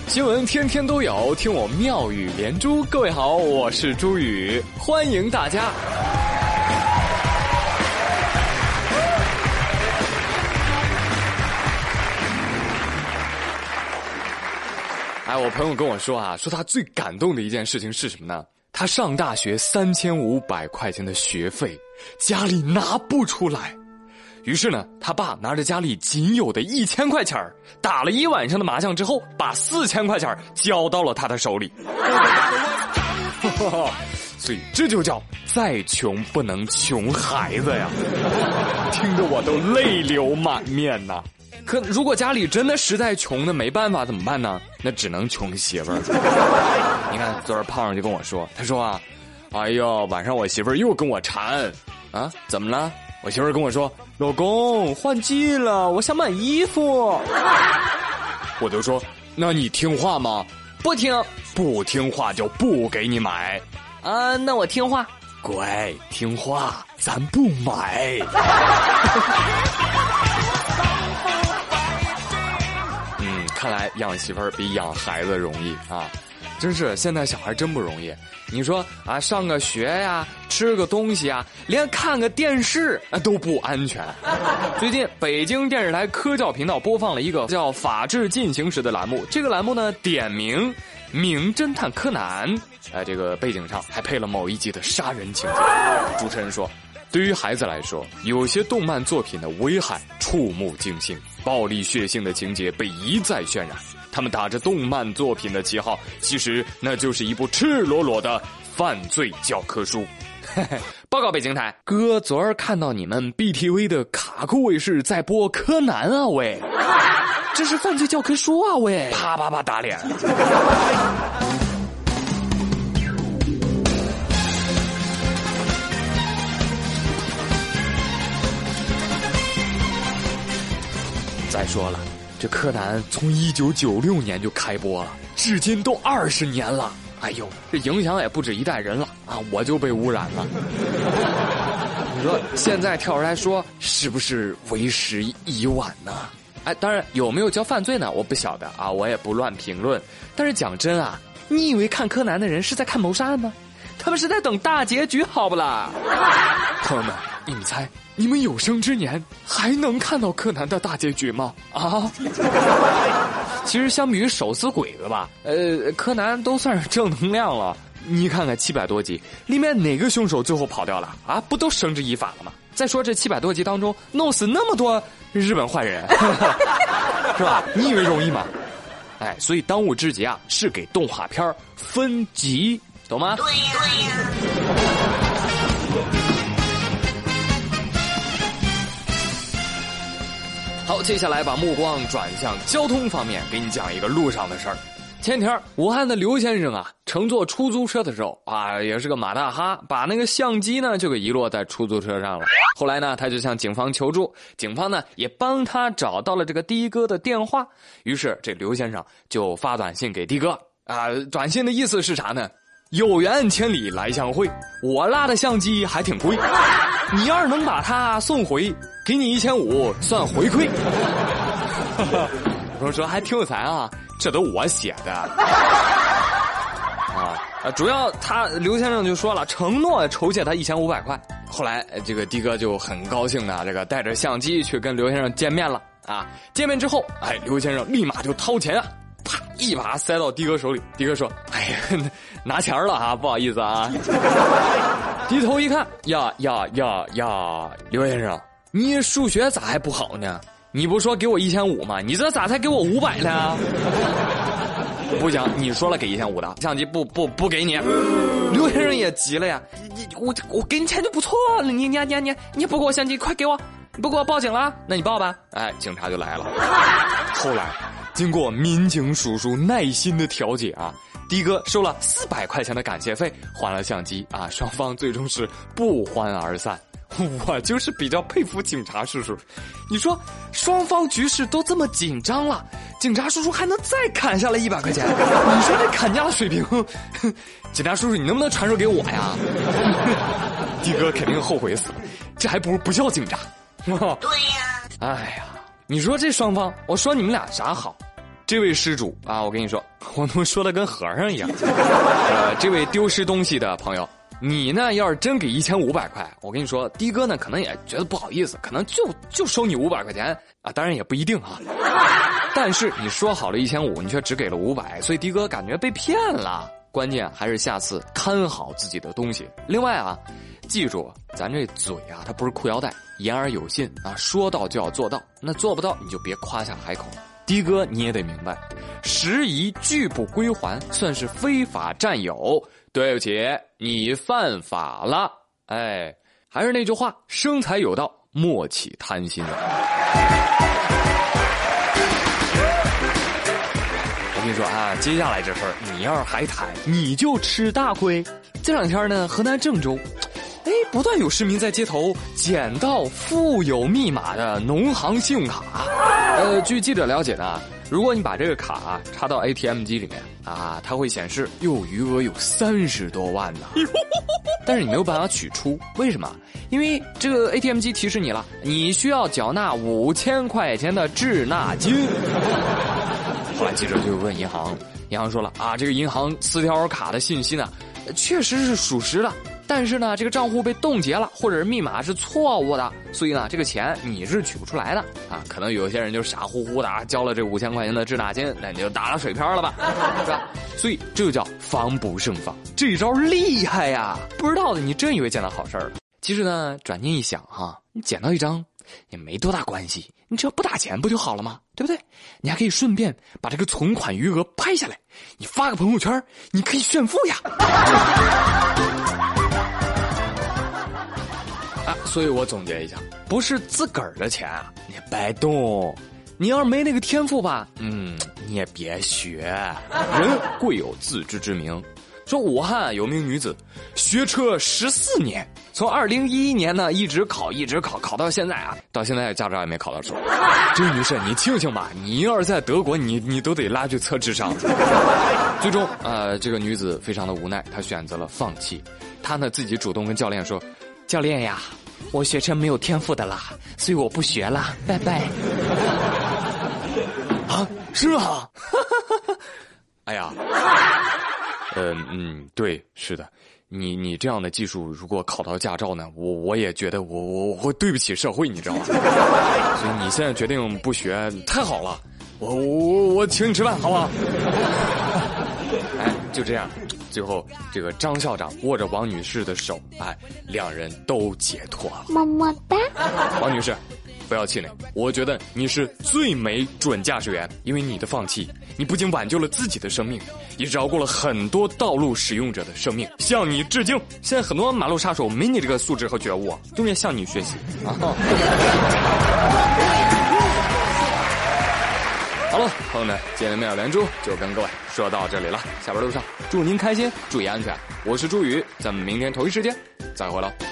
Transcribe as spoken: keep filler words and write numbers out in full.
新闻天天都有，听我妙语连珠。各位好，我是朱宇，欢迎大家。哎，我朋友跟我说啊，说他最感动的一件事情是什么呢？他上大学三千五百块钱的学费，家里拿不出来。于是呢，他爸拿着家里仅有的一千块钱打了一晚上的麻将之后，把四千块钱交到了他的手里。所以这就叫再穷不能穷孩子呀，听得我都泪流满面呐。可如果家里真的实在穷的没办法怎么办呢？那只能穷媳妇儿。你看昨儿胖上就跟我说，他说啊，哎呦，晚上我媳妇儿又跟我缠啊，怎么了？我媳妇儿跟我说，老公换季了，我想买衣服。我就说，那你听话吗？不听。不听话就不给你买。啊，那我听话。乖，听话，咱不买。嗯，看来养媳妇儿比养孩子容易啊。真是现在小孩真不容易，你说啊，上个学呀，吃个东西啊，连看个电视啊都不安全。最近北京电视台科教频道播放了一个叫《法治进行时》的栏目，这个栏目呢点名名侦探柯南，呃，这个背景上还配了某一集的杀人情节。主持人说，对于孩子来说，有些动漫作品的危害触目惊心，暴力血腥的情节被一再渲染。他们打着动漫作品的旗号，其实那就是一部赤裸裸的犯罪教科书。报告北京台，哥昨儿看到你们 B T V 的卡酷卫视在播柯南啊喂，这是犯罪教科书啊喂，啪啪啪打脸。再说了，这柯南从一九九六年就开播了，至今都二十年了。哎呦，这影响也不止一代人了啊！我就被污染了。你说现在跳出来说，是不是为时已晚呢？哎，当然有没有叫犯罪呢？我不晓得啊，我也不乱评论。但是讲真啊，你以为看柯南的人是在看谋杀案吗？他们是在等大结局，好不啦？朋友们，你们猜？你们有生之年还能看到柯南的大结局吗？啊！其实相比于手撕鬼子吧，呃，柯南都算是正能量了。你看看七百多集，里面哪个凶手最后跑掉了啊？不都绳之以法了吗？再说这七百多集当中弄死那么多日本坏人，是吧？你以为容易吗？哎，所以当务之急啊，是给动画片分级，懂吗？对呀对呀。好，接下来把目光转向交通方面，给你讲一个路上的事儿。前天武汉的刘先生啊，乘坐出租车的时候啊，也是个马大哈，把那个相机呢就给遗落在出租车上了。后来呢，他就向警方求助，警方呢也帮他找到了这个的哥的电话。于是这刘先生就发短信给的哥啊，短信的意思是啥呢？有缘千里来相会，我拉的相机还挺贵，你要是能把它送回，给你一千五算回馈。我说还挺有才啊，这都我写的。啊，主要他刘先生就说了，承诺筹借他一千五百块。后来这个的哥就很高兴的，这个带着相机去跟刘先生见面了啊。见面之后，哎，刘先生立马就掏钱啊。啪！一把塞到的哥手里，的哥说：“哎呀，拿钱了啊，不好意思啊。”低头一看，呀呀呀呀，刘先生，你数学咋还不好呢？你不说给我一千五吗？你这咋才给我五百呢？不行，你说了给一千五的相机不不不给你。刘先生也急了呀，你我我给你钱就不错了，你你你你你不给我相机，快给我！你不给我报警了？那你报吧。哎，警察就来了。后来。经过民警叔叔耐心的调解啊，的哥收了四百块钱的感谢费，还了相机啊，双方最终是不欢而散。我就是比较佩服警察叔叔，你说双方局势都这么紧张了，警察叔叔还能再砍下来一百块钱？你说这砍价的水平，警察叔叔你能不能传授给我呀？的哥肯定后悔死了，这还不如不叫警察。对呀，哎呀。你说这双方，我说你们俩啥好？ 这位施主啊，我跟你说，我他妈说的跟和尚一样。呃，这位丢失东西的朋友，你呢要是真给一千五百块，我跟你说，的哥呢可能也觉得不好意思，可能就就收你五百块钱啊，当然也不一定啊。但是你说好了一千五，你却只给了五百，所以的哥感觉被骗了。关键还是下次看好自己的东西。另外啊，记住咱这嘴啊，它不是裤腰带，言而有信啊，说到就要做到，那做不到你就别夸下海口。的哥你也得明白，时移拒不归还算是非法占有，对不起，你犯法了。哎，还是那句话，生财有道，莫起贪心啊。我跟你说啊，接下来这事儿你要是还贪，你就吃大亏。这两天呢，河南郑州哎，不断有市民在街头捡到富有密码的农行信用卡。呃，据记者了解呢，如果你把这个卡啊插到 A T M 机里面啊，它会显示哟，余额有三十多万呢。但是你没有办法取出，为什么？因为这个 A T M 机提示你了，你需要缴纳五千块钱的滞纳金。后来记者就问银行，银行说了啊，这个银行磁条卡的信息呢，确实是属实的。但是呢，这个账户被冻结了，或者是密码是错误的，所以呢，这个钱你是取不出来的啊。可能有些人就傻乎乎的啊，交了这五千块钱的滞纳金，那你就打了水漂了吧，是吧？所以这就叫防不胜防，这一招厉害呀！不知道的你真以为捡到好事了。其实呢，转念一想哈，你捡到一张也没多大关系，你只要不打钱不就好了吗？对不对？你还可以顺便把这个存款余额拍下来，你发个朋友圈，你可以炫富呀。啊，所以我总结一下，不是自个儿的钱啊，你白动。你要是没那个天赋吧，嗯，你也别学。人贵有自知之明。说武汉有名女子学车十四年，从二零一一年呢一直考一直考，考到现在啊，到现在驾照也没考到手。这位女士，你庆幸吧，你要是在德国，你你都得拉去测智商。最终，呃，这个女子非常的无奈，她选择了放弃。她呢自己主动跟教练说。教练呀，我学车没有天赋的啦，所以我不学了，拜拜。啊，是吗？哎呀，嗯嗯，对，是的，你你这样的技术，如果考到驾照呢，我我也觉得我我我会对不起社会，你知道吗？所以你现在决定不学，太好了，我我我请你吃饭，好不好？哎，就这样。最后，这个张校长握着王女士的手，哎，两人都解脱了。么么哒，王女士，不要气馁，我觉得你是最美准驾驶员，因为你的放弃，你不仅挽救了自己的生命，也饶过了很多道路使用者的生命，向你致敬。现在很多马路杀手没你这个素质和觉悟，都应该向你学习啊。好了，朋友们，今天的妙连珠就跟各位说到这里了。下班路上祝您开心，注意安全。我是朱宇，咱们明天同一时间再会了。